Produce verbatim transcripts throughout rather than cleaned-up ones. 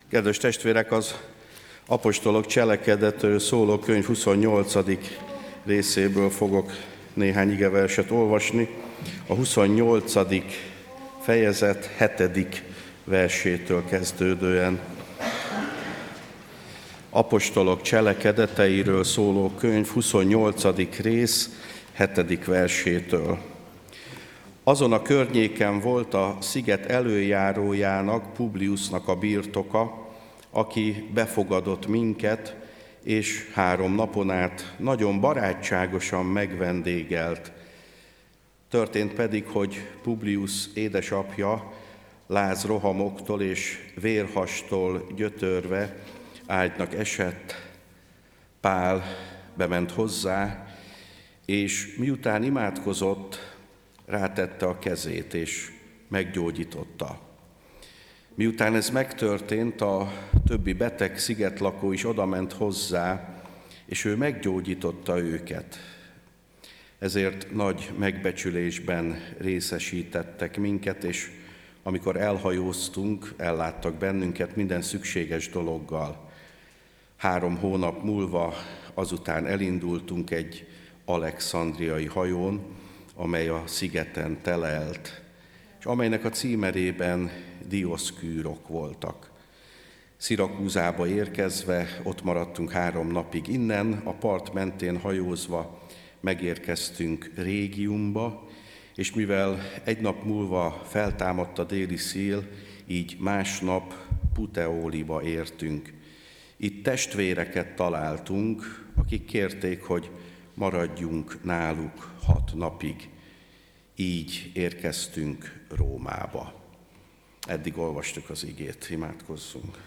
Kedves testvérek, az apostolok cselekedetről szóló könyv huszonnyolcadik részéből fogok néhány igeverset olvasni. A huszonnyolcadik fejezet hetedik versétől kezdődően. Apostolok cselekedeteiről szóló könyv huszonnyolcadik rész hetedik versétől. Azon a környéken volt a sziget előjárójának, Publiusnak a birtoka, aki befogadott minket, és három napon át nagyon barátságosan megvendégelt. Történt pedig, hogy Publius édesapja láz rohamoktól és vérhastól gyötörve ágynak esett. Pál bement hozzá, és miután imádkozott, rátette a kezét, és meggyógyította. Miután ez megtörtént, a többi beteg szigetlakó is odament hozzá, és ő meggyógyította őket. Ezért nagy megbecsülésben részesítettek minket, és amikor elhajóztunk, elláttak bennünket minden szükséges dologgal. Három hónap múlva azután elindultunk egy alexandriai hajón, amely a szigeten telelt, és amelynek a címerében dioszkűrok voltak. Szirakúzába érkezve ott maradtunk három napig. Innen a part mentén hajózva megérkeztünk Régiumba, és mivel egy nap múlva feltámadt a déli szél, így másnap Puteoliba értünk. Itt testvéreket találtunk, akik kérték, hogy maradjunk náluk hat napig. Így érkeztünk Rómába. Eddig olvastuk az igét, imádkozzunk.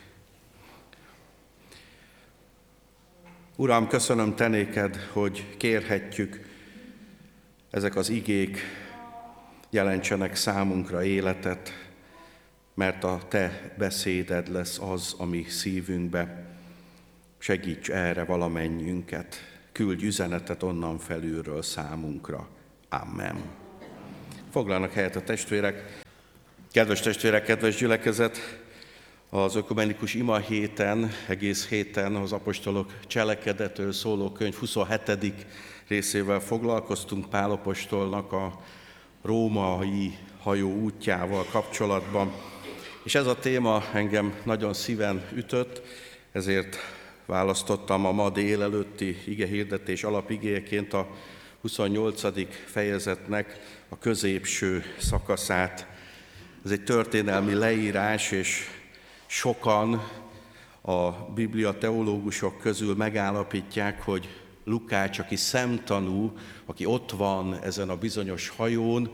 Uram, köszönöm te néked, hogy kérhetjük, ezek az igék jelentsenek számunkra életet, mert a te beszéded lesz az, ami szívünkbe. Segíts erre valamennyünket, küldj üzenetet onnan felülről számunkra. Amen. Foglalnak helyet a testvérek. Kedves testvérek, kedves gyülekezet, az ökumenikus ima héten, egész héten az apostolok cselekedetről szóló könyv huszonhetedik részével foglalkoztunk Pál apostolnak a római hajó útjával kapcsolatban. És ez a téma engem nagyon szíven ütött, ezért választottam a ma délelőtti igehirdetés alapigéjeként a huszonnyolcadik fejezetnek a középső szakaszát. Ez egy történelmi leírás, és sokan a Biblia teológusok közül megállapítják, hogy Lukács, aki szemtanú, aki ott van ezen a bizonyos hajón,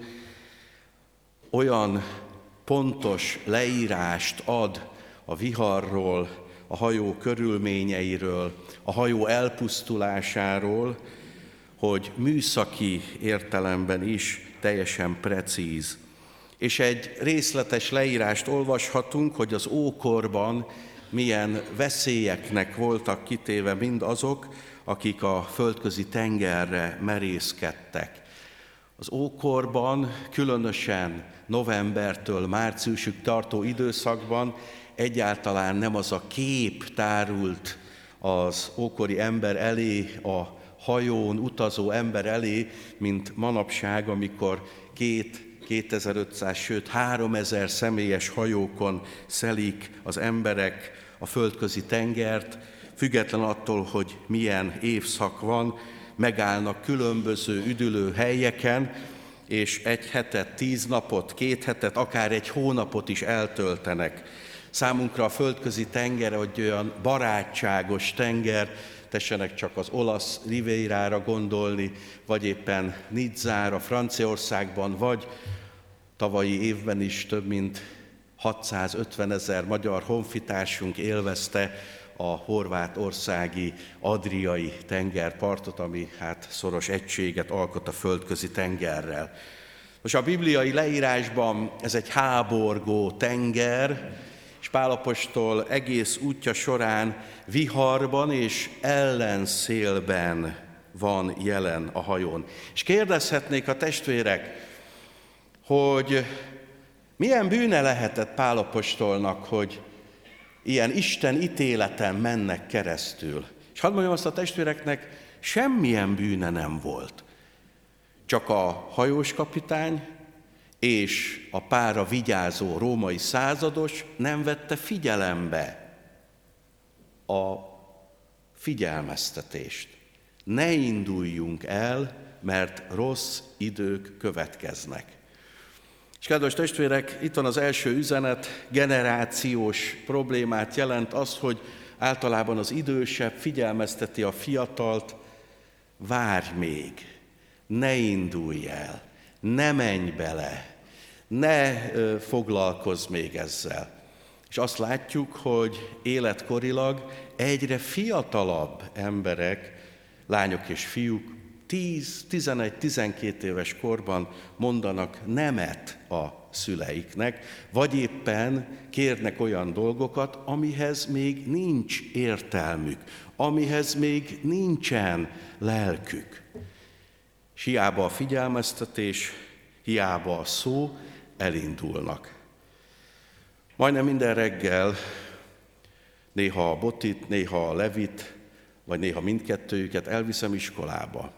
olyan pontos leírást ad a viharról, a hajó körülményeiről, a hajó elpusztulásáról, hogy műszaki értelemben is teljesen precíz. És egy részletes leírást olvashatunk, hogy az ókorban milyen veszélyeknek voltak kitéve mind azok, akik a földközi tengerre merészkedtek. Az ókorban, különösen novembertől márciusig tartó időszakban egyáltalán nem az a kép tárult az ókori ember elé, a hajón utazó ember elé, mint manapság, amikor két, kétezer-ötszáz, sőt háromezer személyes hajókon szelik az emberek a földközi tengert, független attól, hogy milyen évszak van, megállnak különböző üdülő helyeken, és egy hetet, tíz napot, két hetet, akár egy hónapot is eltöltenek. Számunkra a földközi tenger egy olyan barátságos tenger, tessenek csak az olasz Rivierára gondolni, vagy éppen Nizzára, Franciaországban, vagy tavalyi évben is több mint hatszázötven ezer magyar honfitársunk élvezte a horvátországi adriai tengerpartot, ami hát szoros egységet alkot a földközi tengerrel. Most a bibliai leírásban ez egy háborgó tenger, és Pál apostol egész útja során viharban és ellenszélben van jelen a hajón. És kérdezhetnék a testvérek, hogy milyen bűne lehetett Pál apostolnak, hogy ilyen Isten ítéleten mennek keresztül. És hadd mondjam azt a testvéreknek, semmilyen bűne nem volt. Csak a hajós kapitány és a pára vigyázó római százados nem vette figyelembe a figyelmeztetést. Ne induljunk el, mert rossz idők következnek. És kedves testvérek, itt van az első üzenet, generációs problémát jelent az, hogy általában az idősebb figyelmezteti a fiatalt, várj még, ne indulj el, ne menj bele, ne ö, foglalkozz még ezzel. És azt látjuk, hogy életkorilag egyre fiatalabb emberek, lányok és fiúk, tíz, tizenegy, tizenkét éves korban mondanak nemet a szüleiknek, vagy éppen kérnek olyan dolgokat, amihez még nincs értelmük, amihez még nincsen lelkük. És hiába a figyelmeztetés, hiába a szó, elindulnak. Majdnem minden reggel, néha a Botit, néha a Levit, vagy néha mindkettőjüket elviszem iskolába.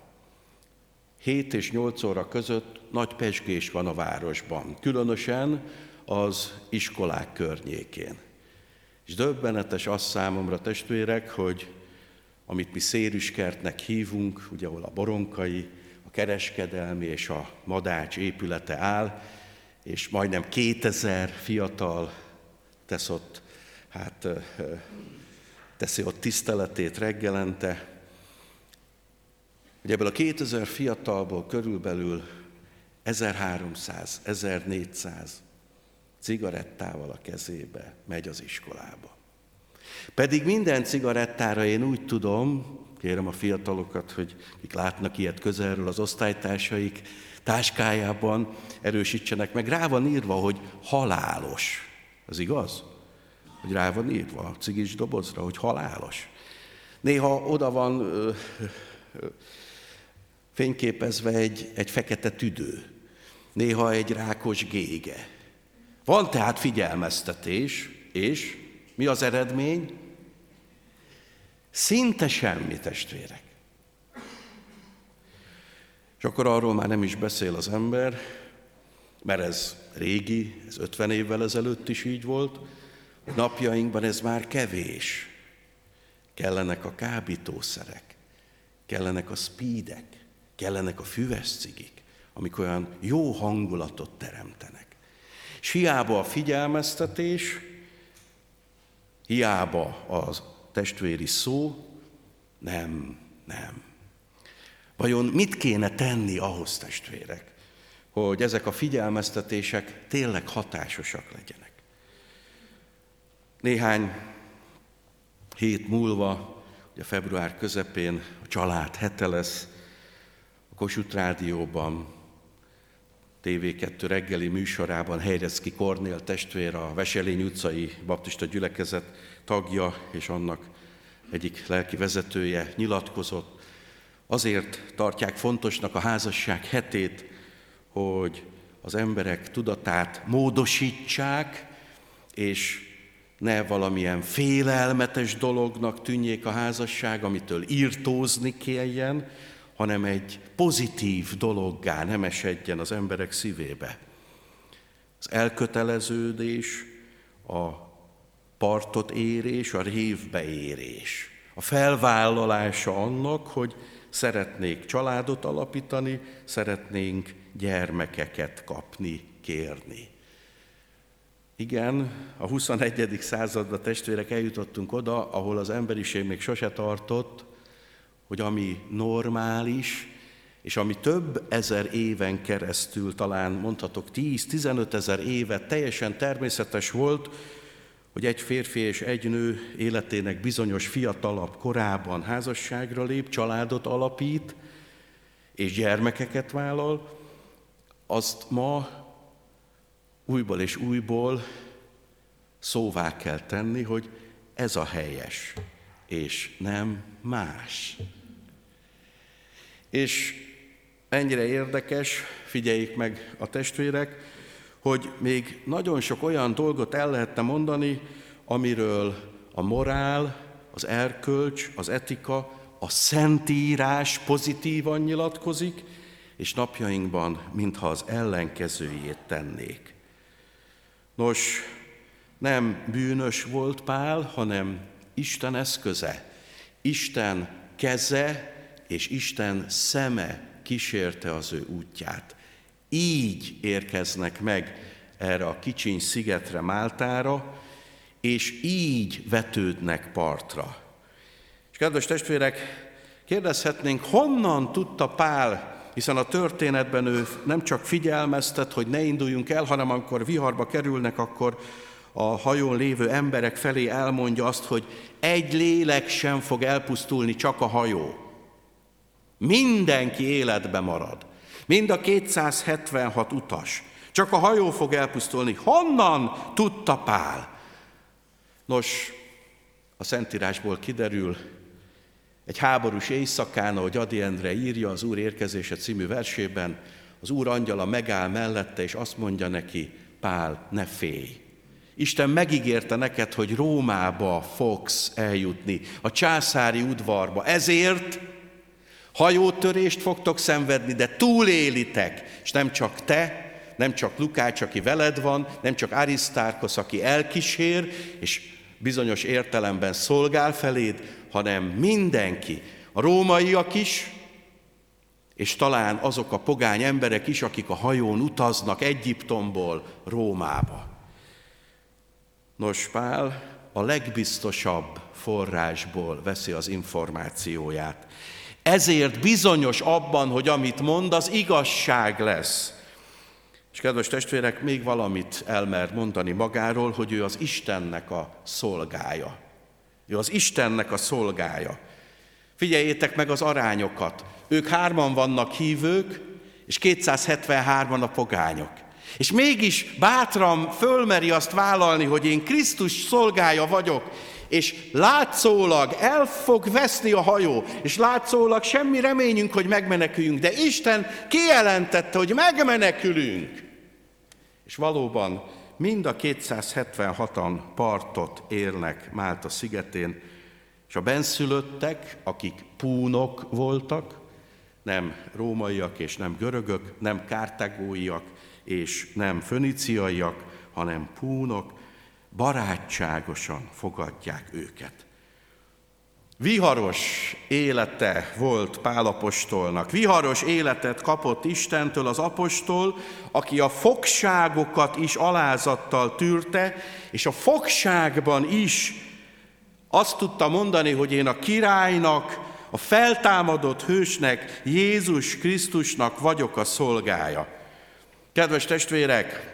hét és nyolc óra között nagy pezsgés van a városban, különösen az iskolák környékén. És döbbenetes az számomra, testvérek, hogy amit mi Szérűskertnek hívunk, ugye ahol a Boronkai, a kereskedelmi és a Madács épülete áll, és majdnem kétezer fiatal tesz ott, hát teszi ott tiszteletét reggelente. Ugye ebből a kétezer fiatalból körülbelül ezerháromszáz, ezernégyszáz cigarettával a kezébe megy az iskolába. Pedig minden cigarettára én úgy tudom, kérem a fiatalokat, hogy akik látnak ilyet közelről az osztálytársaik táskájában, erősítsenek meg, rá van írva, hogy halálos. Az igaz? Hogy rá van írva a cigis dobozra, hogy halálos. Néha oda van ö, ö, fényképezve egy, egy fekete tüdő, néha egy rákos gége. Van tehát figyelmeztetés, és mi az eredmény? Szinte semmi, testvérek. És akkor arról már nem is beszél az ember, mert ez régi, ez ötven évvel ezelőtt is így volt, napjainkban ez már kevés. Kellenek a kábítószerek, kellenek a speedek, kellenek a füves cigik, amik olyan jó hangulatot teremtenek. És hiába a figyelmeztetés, hiába a testvéri szó, nem, nem. Vajon mit kéne tenni ahhoz, testvérek, hogy ezek a figyelmeztetések tényleg hatásosak legyenek? Néhány hét múlva, ugye február közepén a család hete lesz, a Kossuth Rádióban, té vé kettő reggeli műsorában Helyrecki Kornél testvér, a Veselény utcai baptista gyülekezet tagja és annak egyik lelki vezetője nyilatkozott. Azért tartják fontosnak a házasság hetét, hogy az emberek tudatát módosítsák, és ne valamilyen félelmetes dolognak tűnjék a házasság, amitől írtózni kelljen, hanem egy pozitív dologgá nem esedjen az emberek szívébe. Az elköteleződés, a partot érés, a révbe érés, a felvállalása annak, hogy szeretnék családot alapítani, szeretnénk gyermekeket kapni, kérni. Igen, a huszonegyedik században, testvérek, eljutottunk oda, ahol az emberiség még sose tartott, hogy ami normális, és ami több ezer éven keresztül, talán mondhatok tíz-tizenöt ezer éve teljesen természetes volt, hogy egy férfi és egy nő életének bizonyos fiatalabb korában házasságra lép, családot alapít, és gyermekeket vállal, azt ma újból és újból szóvá kell tenni, hogy ez a helyes, és nem más. És ennyire érdekes, figyeljék meg a testvérek, hogy még nagyon sok olyan dolgot el lehetne mondani, amiről a morál, az erkölcs, az etika, a Szentírás pozitívan nyilatkozik, és napjainkban mintha az ellenkezőjét tennék. Nos, nem bűnös volt Pál, hanem Isten eszköze, Isten keze és Isten szeme kísérte az ő útját. Így érkeznek meg erre a kicsiny szigetre, Máltára, és így vetődnek partra. És kedves testvérek, kérdezhetnénk, honnan tudta Pál, hiszen a történetben ő nem csak figyelmeztet, hogy ne induljunk el, hanem amikor viharba kerülnek, akkor a hajón lévő emberek felé elmondja azt, hogy egy lélek sem fog elpusztulni, csak a hajó. Mindenki életbe marad. Mind a kétszázhetvenhat utas. Csak a hajó fog elpusztulni. Honnan tudta Pál? Nos, a Szentírásból kiderül, egy háborús éjszakán, ahogy Ady Endre írja az Úr érkezése című versében, az Úr angyala megáll mellette, és azt mondja neki, Pál, ne félj. Isten megígérte neked, hogy Rómába fogsz eljutni, a császári udvarba. Ezért hajótörést fogtok szenvedni, de túlélitek. És nem csak te, nem csak Lukács, aki veled van, nem csak Arisztárkosz, aki elkísér, és bizonyos értelemben szolgál feléd, hanem mindenki, a rómaiak is, és talán azok a pogány emberek is, akik a hajón utaznak Egyiptomból Rómába. Nos, Pál a legbiztosabb forrásból veszi az információját. Ezért bizonyos abban, hogy amit mond, az igazság lesz. És kedves testvérek, még valamit elmer mondani magáról, hogy ő az Istennek a szolgája. Ő az Istennek a szolgája. Figyeljétek meg az arányokat. Ők hárman vannak hívők, és kétszázhetvenhárman a pogányok. És mégis bátran fölmeri azt vállalni, hogy én Krisztus szolgája vagyok, és látszólag el fog veszni a hajó, és látszólag semmi reményünk, hogy megmeneküljünk, de Isten kijelentette, hogy megmenekülünk. És valóban mind a kétszázhetvenhatan partot érnek Málta szigetén, és a bennszülöttek, akik púnok voltak, nem rómaiak és nem görögök, nem kártágóiak és nem föniciaiak, hanem púnok, barátságosan fogadják őket. Viharos élete volt Pál apostolnak. Viharos életet kapott Istentől az apostol, aki a fogságokat is alázattal tűrte, és a fogságban is azt tudta mondani, hogy én a királynak, a feltámadott hősnek, Jézus Krisztusnak vagyok a szolgája. Kedves testvérek,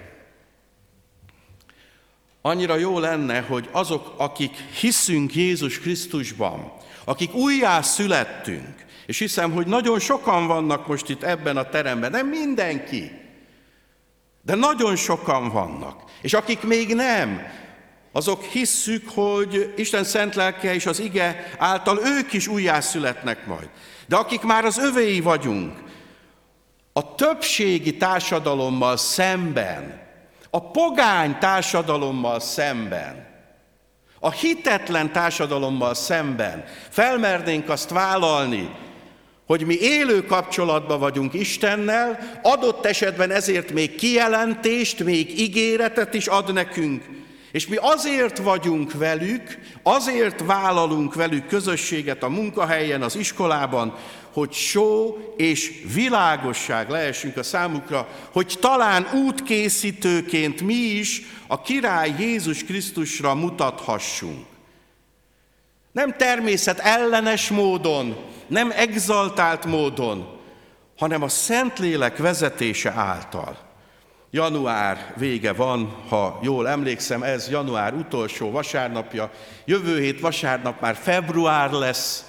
annyira jó lenne, hogy azok, akik hiszünk Jézus Krisztusban, akik újjá születtünk, és hiszem, hogy nagyon sokan vannak most itt ebben a teremben, nem mindenki, de nagyon sokan vannak, és akik még nem, azok hisszük, hogy Isten szent lelke és az ige által ők is újjá születnek majd. De akik már az övéi vagyunk, a többségi társadalommal szemben, a pogány társadalommal szemben, a hitetlen társadalommal szemben felmernénk azt vállalni, hogy mi élő kapcsolatban vagyunk Istennel, adott esetben ezért még kijelentést, még ígéretet is ad nekünk, és mi azért vagyunk velük, azért vállalunk velük közösséget a munkahelyen, az iskolában, hogy só és világosság lehessünk a számukra, hogy talán útkészítőként mi is a király Jézus Krisztusra mutathassunk. Nem természet ellenes módon, nem exaltált módon, hanem a Szentlélek vezetése által. Január vége van, ha jól emlékszem, ez január utolsó vasárnapja, jövő hét vasárnap már február lesz,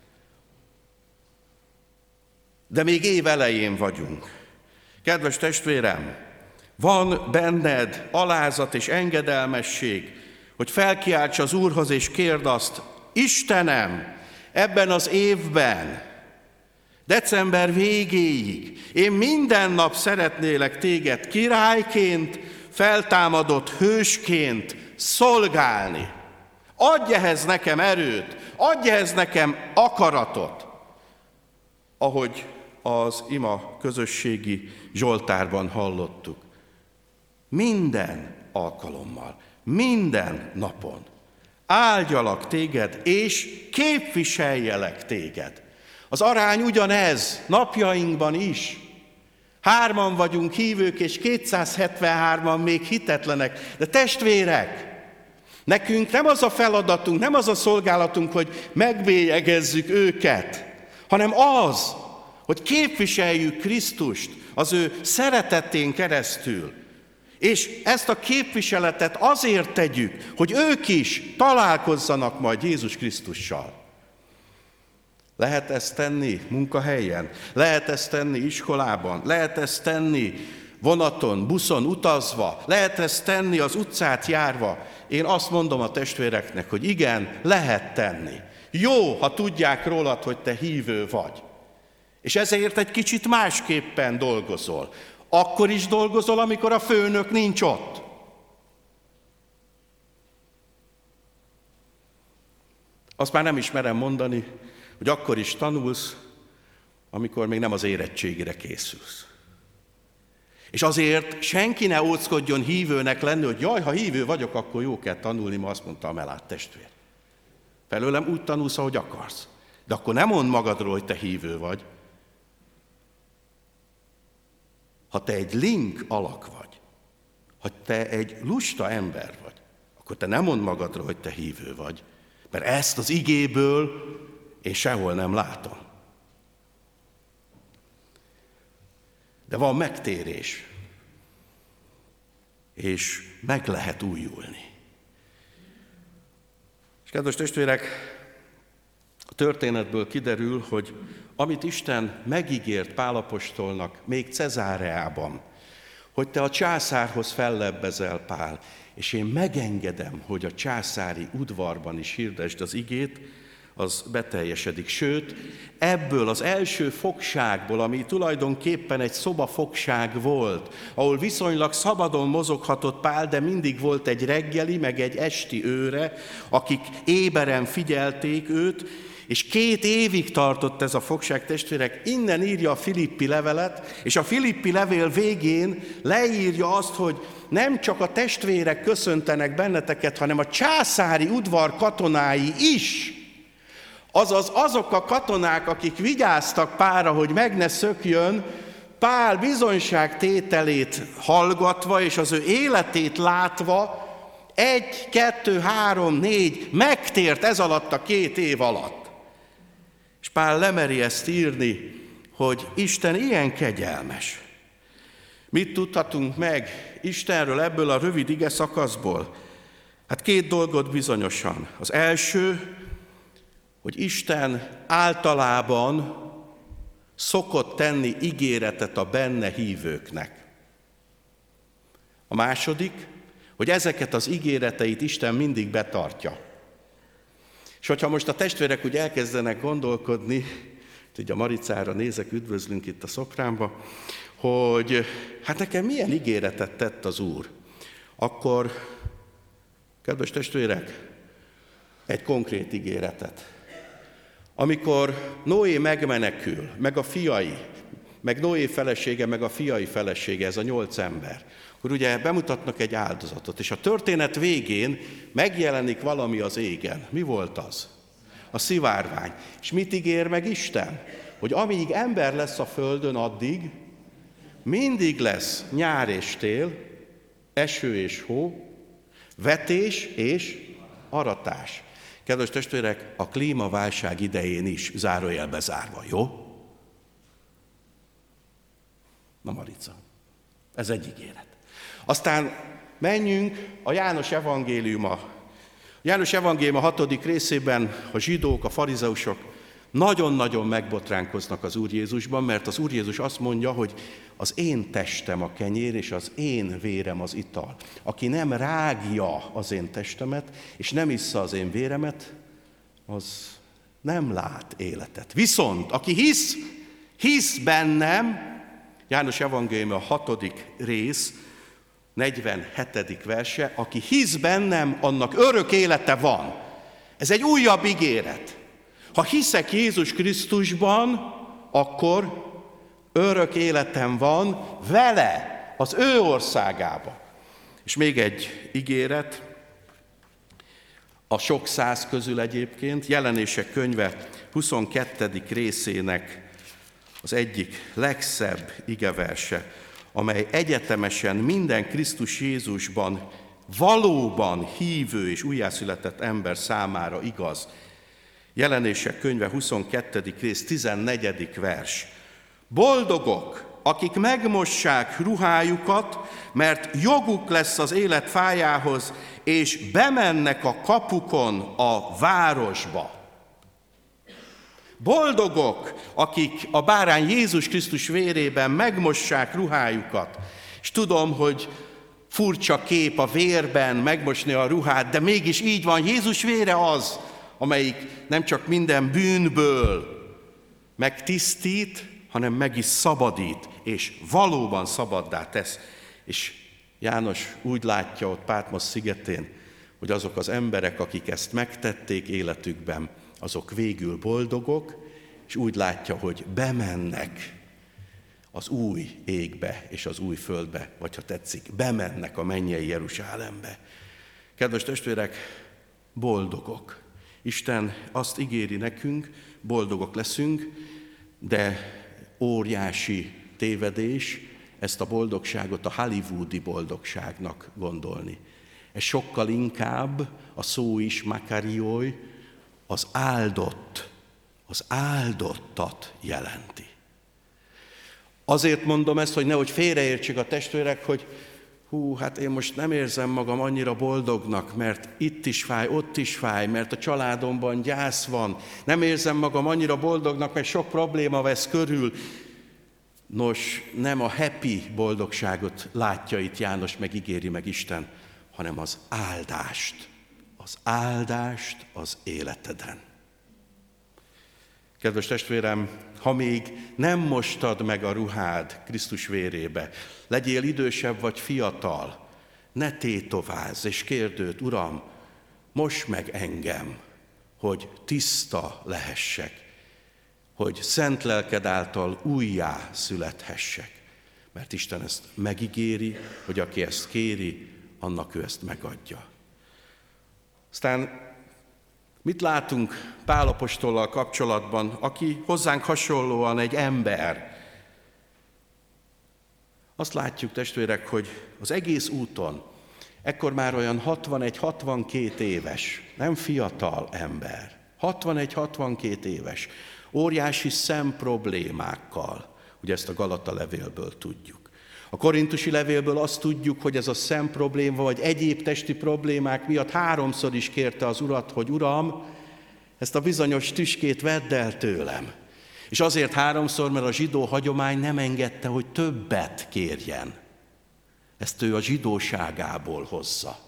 de még év elején vagyunk. Kedves testvérem, van benned alázat és engedelmesség, hogy felkiálts az Úrhoz és kérd azt, Istenem, ebben az évben, december végéig, én minden nap szeretnélek téged királyként, feltámadott hősként szolgálni. Adj ehhez nekem erőt, adj ehhez nekem akaratot, ahogy az ima közösségi zsoltárban hallottuk. Minden alkalommal, minden napon áldjalak téged, és képviseljelek téged. Az arány ugyanez napjainkban is. Hárman vagyunk hívők, és kétszázhetvenhárman még hitetlenek. De testvérek, nekünk nem az a feladatunk, nem az a szolgálatunk, hogy megbélyegezzük őket, hanem az, hogy képviseljük Krisztust az ő szeretetén keresztül. És ezt a képviseletet azért tegyük, hogy ők is találkozzanak majd Jézus Krisztussal. Lehet ezt tenni munkahelyen, lehet ezt tenni iskolában, lehet ezt tenni vonaton, buszon utazva, lehet ezt tenni az utcát járva. Én azt mondom a testvéreknek, hogy igen, lehet tenni. Jó, ha tudják rólad, hogy te hívő vagy. És ezért egy kicsit másképpen dolgozol. Akkor is dolgozol, amikor a főnök nincs ott. Azt már nem is merem mondani, hogy akkor is tanulsz, amikor még nem az érettségire készülsz. És azért senki ne óckodjon hívőnek lenni, hogy jaj, ha hívő vagyok, akkor jó kell tanulni, ma azt mondta a Melát testvér. Felőlem úgy tanulsz, ahogy akarsz. De akkor nem mondd magadról, hogy te hívő vagy. Ha te egy link alak vagy, ha te egy lusta ember vagy, akkor te nem mondd magadról, hogy te hívő vagy. Mert ezt az igéből én sehol nem látom. De van megtérés, és meg lehet újulni. És kedves testvérek, a történetből kiderül, hogy amit Isten megígért Pál apostolnak még Cezáreában, hogy te a császárhoz fellebbezel, Pál, és én megengedem, hogy a császári udvarban is hirdesd az igét, az beteljesedik. Sőt, ebből az első fogságból, ami tulajdonképpen egy szobafogság volt, ahol viszonylag szabadon mozoghatott Pál, de mindig volt egy reggeli, meg egy esti őre, akik éberen figyelték őt, és két évig tartott ez a fogság, testvérek. Innen írja a Filippi levelet, és a Filippi levél végén leírja azt, hogy nem csak a testvérek köszöntenek benneteket, hanem a császári udvar katonái is. Azaz azok a katonák, akik vigyáztak Pálra, hogy meg ne szökjön, Pál bizonyságtételét hallgatva, és az ő életét látva, egy, kettő, három, négy, megtért ez alatt a két év alatt. És Pál lemeri ezt írni, hogy Isten ilyen kegyelmes. Mit tudhatunk meg Istenről ebből a rövid ige szakaszból? Hát két dolgot bizonyosan. Az első, hogy Isten általában szokott tenni ígéretet a benne hívőknek. A második, hogy ezeket az ígéreteit Isten mindig betartja. És hogyha most a testvérek úgy elkezdenek gondolkodni, ugye a Maricára nézek, üdvözlünk itt a szopránba, hogy hát nekem milyen ígéretet tett az Úr, akkor, kedves testvérek, egy konkrét ígéretet. Amikor Noé megmenekül, meg a fiai, meg Noé felesége, meg a fiai felesége, ez a nyolc ember, akkor ugye bemutatnak egy áldozatot, és a történet végén megjelenik valami az égen. Mi volt az? A szivárvány. És mit ígér meg Isten? Hogy amíg ember lesz a földön, addig mindig lesz nyár és tél, eső és hó, vetés és aratás. Kedves testvérek, a klímaválság idején is zárójelbe zárva, jó? Na Marica, ez egy ígéret. Aztán menjünk a János evangéliuma. A János evangéliuma hatodik részében a zsidók, a farizeusok nagyon-nagyon megbotránkoznak az Úr Jézusban, mert az Úr Jézus azt mondja, hogy az én testem a kenyér, és az én vérem az ital. Aki nem rágja az én testemet, és nem issza az én véremet, az nem lát életet. Viszont, aki hisz, hisz bennem, János evangéliuma a hatodik rész, negyvenhetedik verse, aki hisz bennem, annak örök élete van. Ez egy újabb ígéret. Ha hiszek Jézus Krisztusban, akkor örök életem van vele, az ő országába. És még egy ígéret, a sok száz közül egyébként, Jelenések könyve huszonkettedik részének az egyik legszebb igeverse, amely egyetemesen minden Krisztus Jézusban valóban hívő és újjászületett ember számára igaz. Jelenések könyve huszonkettedik rész tizennegyedik vers. Boldogok, akik megmossák ruhájukat, mert joguk lesz az élet fájához, és bemennek a kapukon a városba. Boldogok, akik a bárány Jézus Krisztus vérében megmossák ruhájukat. És tudom, hogy furcsa kép a vérben megmosni a ruhát, de mégis így van, Jézus vére az, amelyik nem csak minden bűnből megtisztít, hanem meg is szabadít, és valóban szabaddá tesz. És János úgy látja ott Pátmos szigetén, hogy azok az emberek, akik ezt megtették életükben, azok végül boldogok, és úgy látja, hogy bemennek az új égbe és az új földbe, vagy ha tetszik, bemennek a mennyei Jeruzsálembe. Kedves testvérek, boldogok. Isten azt ígéri nekünk, boldogok leszünk, de óriási tévedés ezt a boldogságot a hollywoodi boldogságnak gondolni. Ez sokkal inkább, a szó is makarioi, az áldott, az áldottat jelenti. Azért mondom ezt, hogy nehogy félreértsék a testvérek, hogy hú, hát én most nem érzem magam annyira boldognak, mert itt is fáj, ott is fáj, mert a családomban gyász van. Nem érzem magam annyira boldognak, mert sok probléma vesz körül. Nos, nem a happy boldogságot látja itt János, meg ígéri meg Isten, hanem az áldást. Az áldást az életeden. Kedves testvérem, ha még nem mostad meg a ruhád Krisztus vérébe, legyél idősebb vagy fiatal, ne tétovázz és kérd őt, Uram, most meg engem, hogy tiszta lehessek, hogy szent lelked által újjá születhessek. Mert Isten ezt megígéri, hogy aki ezt kéri, annak ő ezt megadja. Aztán mit látunk Pál apostollal kapcsolatban, aki hozzánk hasonlóan egy ember? Azt látjuk, testvérek, hogy az egész úton, ekkor már olyan hatvanegy-hatvankét éves, nem fiatal ember, hatvanegy-hatvankét éves, óriási szemproblémákkal, ugye ezt a Galata levélből tudjuk. A korintusi levélből azt tudjuk, hogy ez a szemprobléma, vagy egyéb testi problémák miatt háromszor is kérte az Urat, hogy Uram, ezt a bizonyos tüskét vedd el tőlem. És azért háromszor, mert a zsidó hagyomány nem engedte, hogy többet kérjen. Ezt ő a zsidóságából hozza.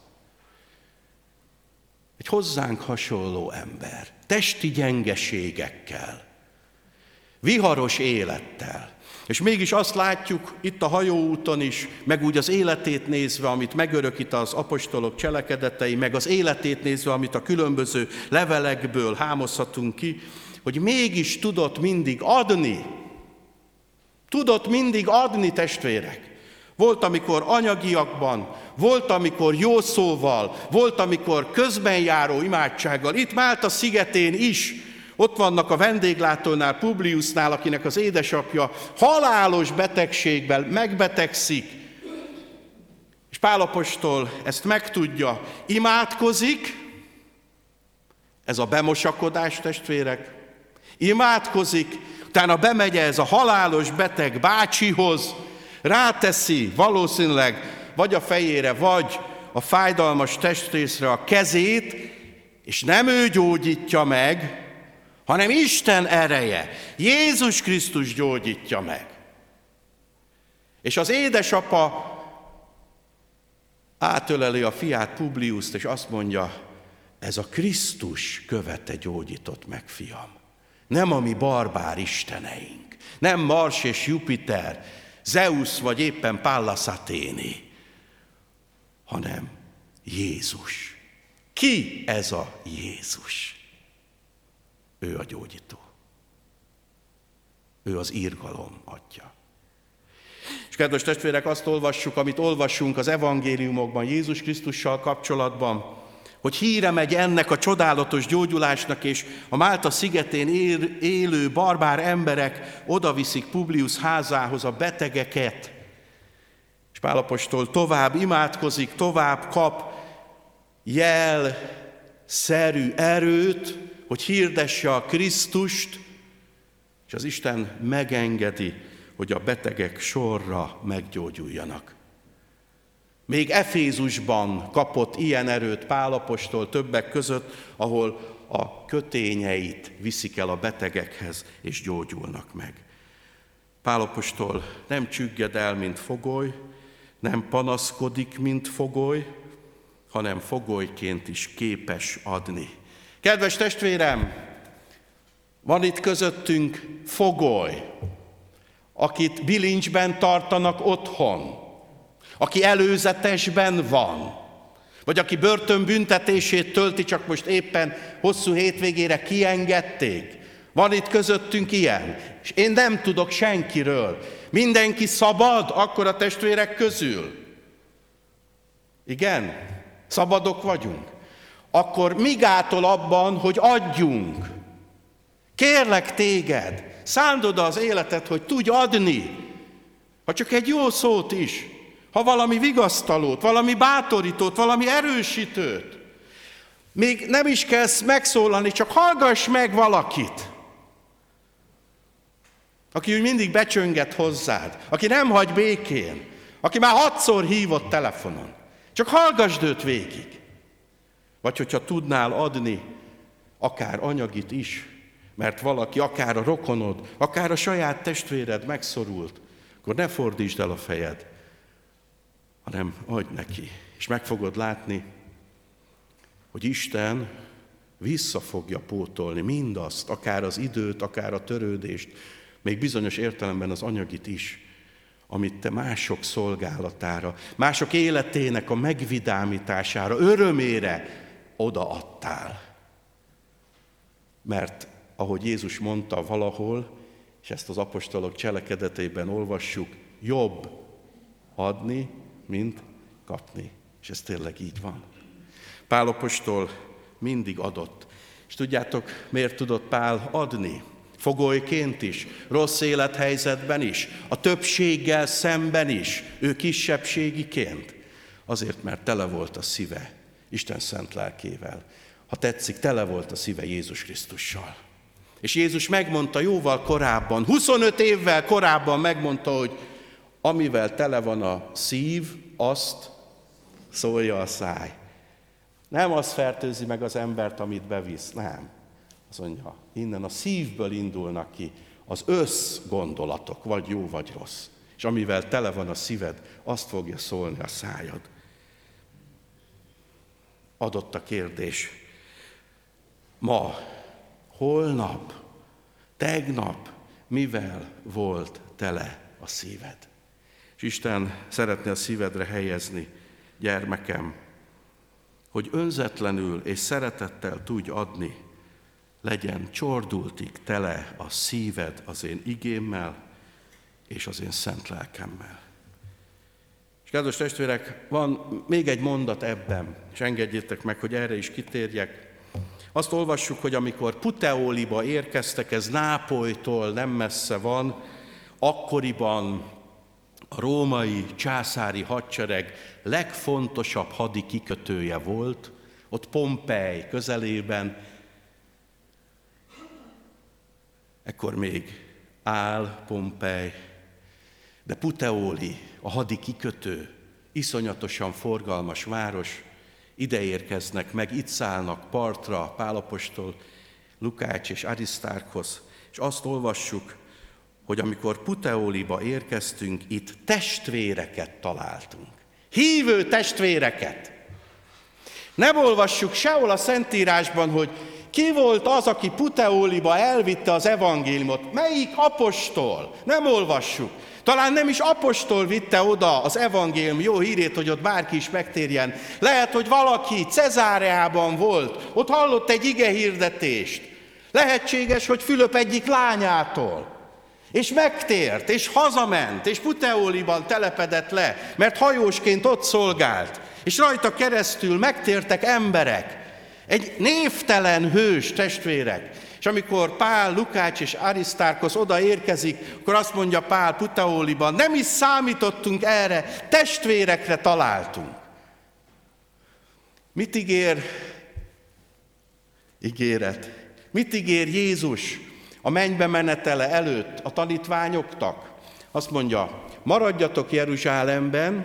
Egy hozzánk hasonló ember, testi gyengeségekkel, viharos élettel. És mégis azt látjuk itt a hajóúton is, meg úgy az életét nézve, amit megörökít az apostolok cselekedetei, meg az életét nézve, amit a különböző levelekből hámozhatunk ki, hogy mégis tudott mindig adni. Tudott mindig adni, testvérek. Volt, amikor anyagiakban, volt, amikor jó szóval, volt, amikor közbenjáró imádsággal. Itt Málta szigetén is, ott vannak a vendéglátónál, Publiusnál, akinek az édesapja halálos betegségben megbetegszik. És Pál apostol ezt megtudja, imádkozik, ez a bemosakodás, testvérek, imádkozik, utána bemegy ez a halálos beteg bácsihoz, ráteszi valószínűleg vagy a fejére, vagy a fájdalmas testrészre a kezét, és nem ő gyógyítja meg, hanem Isten ereje, Jézus Krisztus gyógyítja meg. És az édesapa átöleli a fiát, Publiuszt, és azt mondja, ez a Krisztus követe gyógyított meg, fiam. Nem a mi barbár isteneink, nem Mars és Jupiter, Zeus vagy éppen Pallas Athéni, hanem Jézus. Ki ez a Jézus? Ő a gyógyító. Ő az irgalom atya. És kedves testvérek, azt olvassuk, amit olvassunk az evangéliumokban Jézus Krisztussal kapcsolatban, hogy híre megy ennek a csodálatos gyógyulásnak, és a Málta szigetén él, élő barbár emberek odaviszik Publius házához a betegeket. És Pál apostol tovább imádkozik, tovább kap jelszerű erőt, hogy hirdesse a Krisztust, és az Isten megengedi, hogy a betegek sorra meggyógyuljanak. Még Efézusban kapott ilyen erőt Pál apostol többek között, ahol a kötényeit viszik el a betegekhez, és gyógyulnak meg. Pál apostol nem csügged el, mint fogoly, nem panaszkodik, mint fogoly, hanem fogolyként is képes adni. Kedves testvérem, van itt közöttünk fogoly, akit bilincsben tartanak otthon, aki előzetesben van, vagy aki börtönbüntetését tölti, csak most éppen hosszú hétvégére kiengedték. Van itt közöttünk ilyen, és én nem tudok senkiről. Mindenki szabad, akkor a testvérek közül. Igen, szabadok vagyunk. Akkor mi gátol abban, hogy adjunk? Kérlek téged, szánd oda az életet, hogy tudj adni, ha csak egy jó szót is, ha valami vigasztalót, valami bátorítót, valami erősítőt. Még nem is kell megszólalni, csak hallgass meg valakit, aki úgy mindig becsönget hozzád, aki nem hagy békén, aki már hatszor hívott telefonon. Csak hallgassd őt végig. Vagy hogyha tudnál adni akár anyagit is, mert valaki, akár a rokonod, akár a saját testvéred megszorult, akkor ne fordítsd el a fejed, hanem adj neki. És meg fogod látni, hogy Isten vissza fogja pótolni mindazt, akár az időt, akár a törődést, még bizonyos értelemben az anyagit is, amit te mások szolgálatára, mások életének a megvidámítására, örömére odaadtál. Mert ahogy Jézus mondta valahol, és ezt az apostolok cselekedetében olvassuk, jobb adni, mint kapni. És ez tényleg így van. Pál apostol mindig adott. És tudjátok, miért tudott Pál adni? Fogolyként is, rossz élethelyzetben is, a többséggel szemben is, ő kisebbségiként. Azért, mert tele volt a szíve Isten szent lelkével. Ha tetszik, tele volt a szíve Jézus Krisztussal. És Jézus megmondta jóval korábban, huszonöt évvel korábban megmondta, hogy amivel tele van a szív, azt szólja a száj. Nem az fertőzi meg az embert, amit bevisz, nem. Az mondja, innen a szívből indulnak ki az összgondolatok, vagy jó, vagy rossz. És amivel tele van a szíved, azt fogja szólni a szájad. Adott a kérdés. Ma, holnap, tegnap, mivel volt tele a szíved? És Isten szeretne a szívedre helyezni, gyermekem, hogy önzetlenül és szeretettel tudj adni, legyen csordultig tele a szíved az én igémmel és az én szent lelkemmel. És kedves testvérek, van még egy mondat ebben, és engedjétek meg, hogy erre is kitérjek. Azt olvassuk, hogy amikor Puteoliba érkeztek, ez Nápolytól nem messze van, akkoriban a római császári hadsereg legfontosabb hadi kikötője volt, ott Pompej közelében. Ekkor még áll Pompej, de Puteoli, a hadi kikötő, iszonyatosan forgalmas város, ide érkeznek meg, itt szállnak partra Pál apostol, Lukács és Arisztárkosz, és azt olvassuk, hogy amikor Puteoliba érkeztünk, itt testvéreket találtunk. Hívő testvéreket. Nem olvassuk sehol a Szentírásban, hogy ki volt az, aki Puteoliba elvitte az evangéliumot? Melyik apostol? Nem olvassuk. Talán nem is apostol vitte oda az evangélium jó hírét, hogy ott bárki is megtérjen. Lehet, hogy valaki Cezáreában volt, ott hallott egy igehirdetést. Lehetséges, hogy Fülöp egyik lányától. És megtért, és hazament, és Puteoliban telepedett le, mert hajósként ott szolgált. És rajta keresztül megtértek emberek. Egy névtelen hős, testvérek. És amikor Pál, Lukács és Arisztárkosz oda érkezik, akkor azt mondja Pál Puteoliban, nem is számítottunk erre, testvérekre találtunk. Mit ígér ígéret? Mit ígér Jézus a mennybe menetele előtt a tanítványoknak? Azt mondja, maradjatok Jeruzsálemben,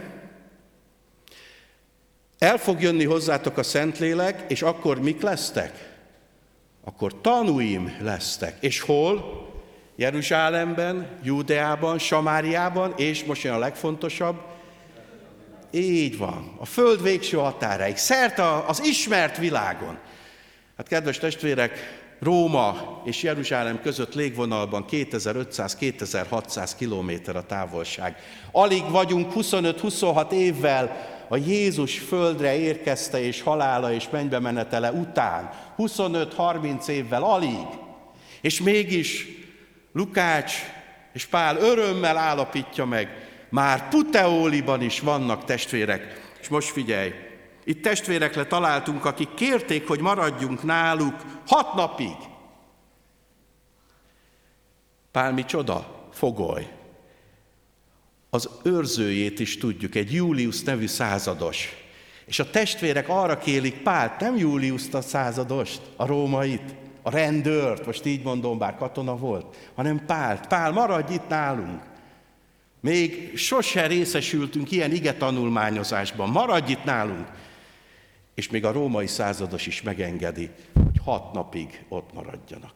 el fog jönni hozzátok a Szentlélek, és akkor mik lesztek? Akkor tanúim lesztek. És hol? Jeruzsálemben, Júdeában, Samáriában, és most jön a legfontosabb, így van, a föld végső határáig, szerte az ismert világon. Hát kedves testvérek, Róma és Jeruzsálem között légvonalban kétezer-ötszáz-kétezer-hatszáz kilométer a távolság. Alig vagyunk huszonöt-huszonhat évvel a Jézus földre érkezte és halála és mennybe menetele után. huszonöt-harminc évvel alig. És mégis Lukács és Pál örömmel állapítja meg, már Puteoliban is vannak testvérek. És most figyelj, itt testvérekre találtunk, akik kérték, hogy maradjunk náluk hat napig. Pál micsoda? Fogoly. Az őrzőjét is tudjuk, egy Július nevű százados. És a testvérek arra kérik Pált, nem Júliuszt a századost, a rómait, a rendőrt, most így mondom, bár katona volt, hanem Pált. Pál, maradj itt nálunk. Még sose részesültünk ilyen igetanulmányozásban, maradj itt nálunk. És még a római százados is megengedi, hogy hat napig ott maradjanak.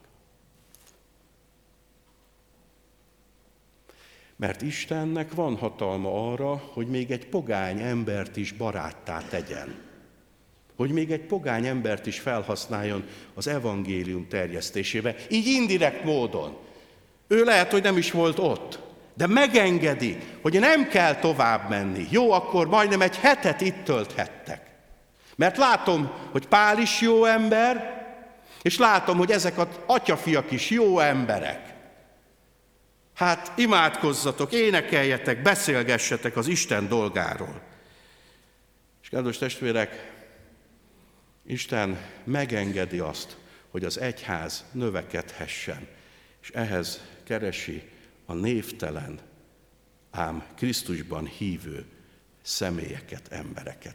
Mert Istennek van hatalma arra, hogy még egy pogány embert is baráttá tegyen. Hogy még egy pogány embert is felhasználjon az evangélium terjesztésébe, így indirekt módon. Ő lehet, hogy nem is volt ott, de megengedi, hogy nem kell tovább menni. Jó, akkor majdnem egy hetet itt tölthettek. Mert látom, hogy Pál is jó ember, és látom, hogy ezek az atyafiak is jó emberek. Hát imádkozzatok, énekeljetek, beszélgessetek az Isten dolgáról. És kedves testvérek, Isten megengedi azt, hogy az egyház növekedhessen, és ehhez keresi a névtelen, ám Krisztusban hívő személyeket, embereket.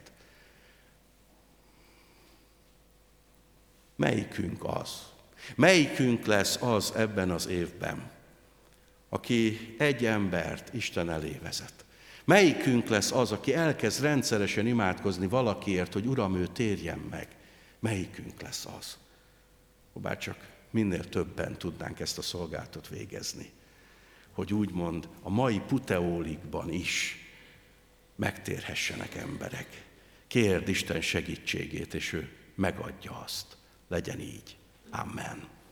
Melyikünk az? Melyikünk lesz az ebben az évben, aki egy embert Isten elé vezet? Melyikünk lesz az, aki elkezd rendszeresen imádkozni valakiért, hogy Uram, ő térjen meg? Melyikünk lesz az? Bár csak minél többen tudnánk ezt a szolgálatot végezni, hogy úgymond a mai Puteolikban is megtérhessenek emberek. Kérd Isten segítségét, és ő megadja azt. Legyen így. Amen.